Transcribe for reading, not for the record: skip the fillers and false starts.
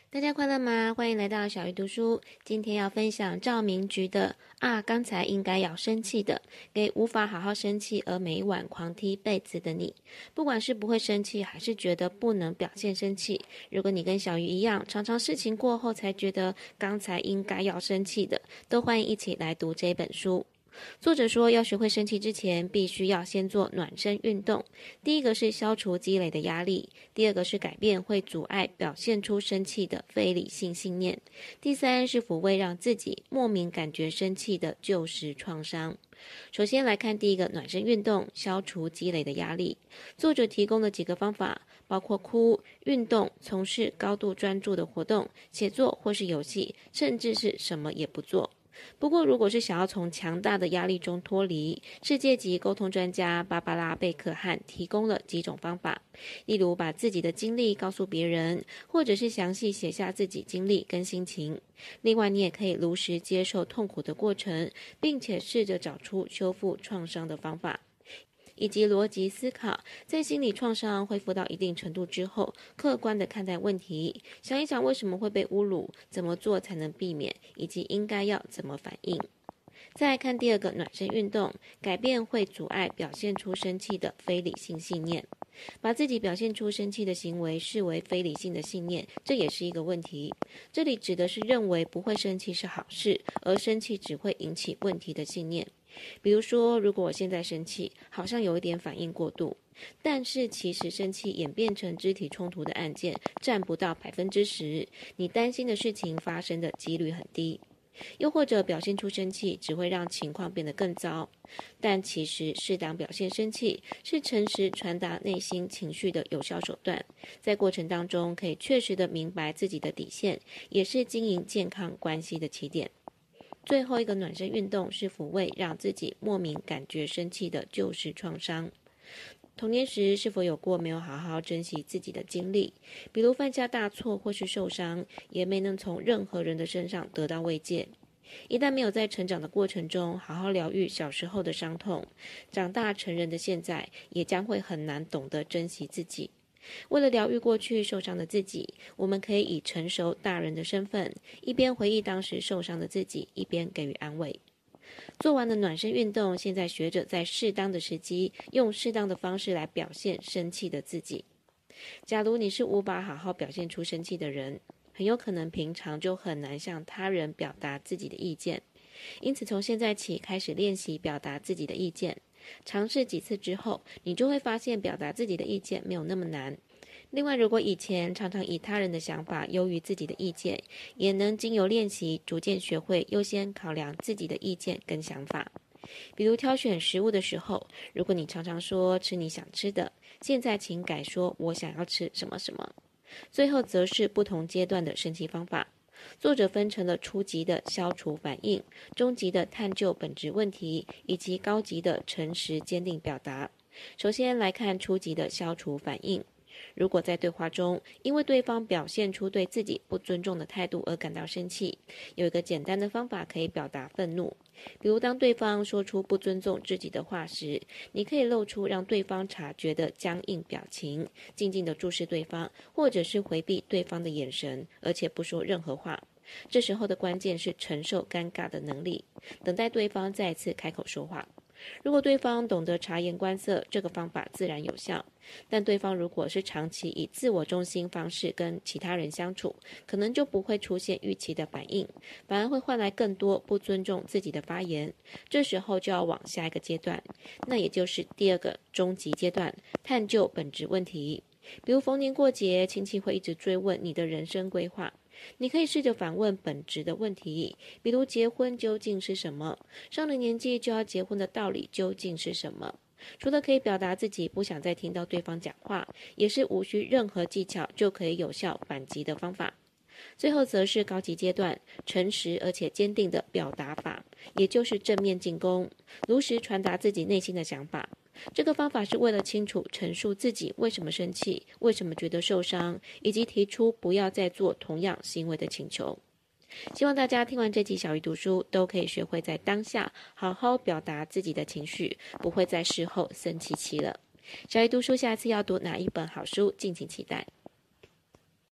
大家快乐吗？欢迎来到小鱼读书。今天要分享赵明菊的刚才应该要生气的，给无法好好生气而每晚狂踢被子的你。不管是不会生气，还是觉得不能表现生气，如果你跟小鱼一样，常常事情过后才觉得刚才应该要生气的，都欢迎一起来读这本书。作者说，要学会生气之前，必须要先做暖身运动。第一个是消除积累的压力，第二个是改变会阻碍表现出生气的非理性信念，第三是抚慰让自己莫名感觉生气的旧时创伤。首先来看第一个暖身运动，消除积累的压力。作者提供了几个方法，包括哭、运动、从事高度专注的活动、写作或是游戏，甚至是什么也不做。不过，如果是想要从强大的压力中脱离，世界级沟通专家芭芭拉·贝克汉提供了几种方法，例如把自己的经历告诉别人，或者是详细写下自己经历跟心情。另外，你也可以如实接受痛苦的过程，并且试着找出修复创伤的方法。以及逻辑思考，在心理创伤恢复到一定程度之后，客观地看待问题，想一想为什么会被侮辱，怎么做才能避免，以及应该要怎么反应。再来看第二个暖身运动，改变会阻碍表现出生气的非理性信念。把自己表现出生气的行为视为非理性的信念，这也是一个问题。这里指的是认为不会生气是好事，而生气只会引起问题的信念。比如说，如果我现在生气，好像有一点反应过度，但是其实生气演变成肢体冲突的案件占不到10%，你担心的事情发生的几率很低。又或者表现出生气只会让情况变得更糟，但其实适当表现生气是诚实传达内心情绪的有效手段，在过程当中可以确实的明白自己的底线，也是经营健康关系的起点。最后一个暖身运动是抚慰让自己莫名感觉生气的旧时创伤。童年时是否有过没有好好珍惜自己的经历，比如犯下大错或是受伤，也没能从任何人的身上得到慰藉。一旦没有在成长的过程中好好疗愈小时候的伤痛，长大成人的现在也将会很难懂得珍惜自己。为了疗愈过去受伤的自己，我们可以以成熟大人的身份，一边回忆当时受伤的自己，一边给予安慰。做完了暖身运动，现在学着在适当的时机，用适当的方式来表现生气的自己。假如你是无法好好表现出生气的人，很有可能平常就很难向他人表达自己的意见。因此从现在起开始练习表达自己的意见，尝试几次之后，你就会发现表达自己的意见没有那么难。另外，如果以前常常以他人的想法优于自己的意见，也能经由练习逐渐学会优先考量自己的意见跟想法。比如挑选食物的时候，如果你常常说吃你想吃的，现在请改说我想要吃什么什么。最后则是不同阶段的生气方法。作者分成了初级的消除反应、中级的探究本质问题，以及高级的诚实坚定表达。首先来看初级的消除反应。如果在对话中，因为对方表现出对自己不尊重的态度而感到生气，有一个简单的方法可以表达愤怒。比如当对方说出不尊重自己的话时，你可以露出让对方察觉的僵硬表情，静静地注视对方，或者是回避对方的眼神，而且不说任何话。这时候的关键是承受尴尬的能力，等待对方再次开口说话。如果对方懂得察言观色，这个方法自然有效。但对方如果是长期以自我中心方式跟其他人相处，可能就不会出现预期的反应，反而会换来更多不尊重自己的发言。这时候就要往下一个阶段，那也就是第二个终极阶段，探究本质问题。比如逢年过节，亲戚会一直追问你的人生规划，你可以试着反问本质的问题，比如结婚究竟是什么？上了年纪就要结婚的道理究竟是什么？除了可以表达自己不想再听到对方讲话，也是无需任何技巧就可以有效反击的方法。最后则是高级阶段，诚实而且坚定的表达法，也就是正面进攻，如实传达自己内心的想法。这个方法是为了清楚陈述自己为什么生气，为什么觉得受伤，以及提出不要再做同样行为的请求。希望大家听完这集小鱼读书，都可以学会在当下好好表达自己的情绪，不会在事后生气气了。小鱼读书下次要读哪一本好书，敬请期待。